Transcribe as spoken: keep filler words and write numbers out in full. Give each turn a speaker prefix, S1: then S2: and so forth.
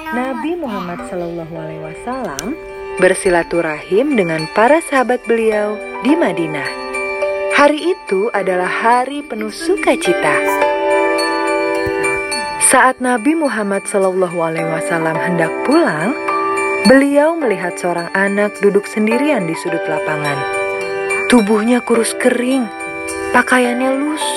S1: Nabi Muhammad Shallallahu Alaihi Wasallam bersilaturahim dengan para sahabat beliau di Madinah. Hari itu adalah hari penuh sukacita. Saat Nabi Muhammad Shallallahu Alaihi Wasallam hendak pulang, beliau melihat seorang anak duduk sendirian di sudut lapangan. Tubuhnya kurus kering, pakaiannya lusuh.